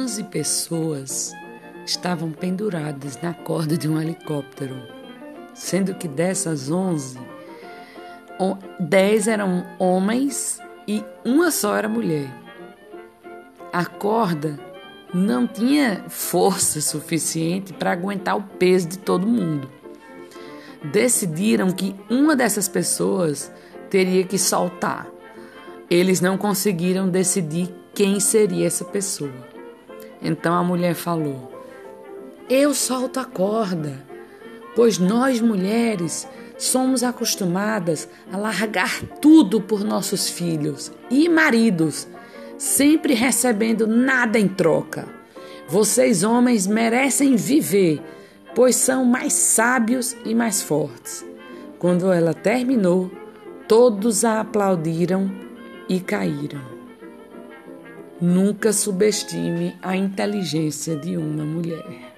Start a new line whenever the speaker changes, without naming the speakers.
11 pessoas estavam penduradas na corda de um helicóptero, sendo que dessas 11, 10 eram homens e uma só era mulher. A corda não tinha força suficiente para aguentar o peso de todo mundo. Decidiram que uma dessas pessoas teria que soltar. Eles não conseguiram decidir quem seria essa pessoa. Então a mulher falou: eu solto a corda, pois nós mulheres somos acostumadas a largar tudo por nossos filhos e maridos, sempre recebendo nada em troca. Vocês homens merecem viver, pois são mais sábios e mais fortes. Quando ela terminou, todos a aplaudiram e caíram. Nunca subestime a inteligência de uma mulher.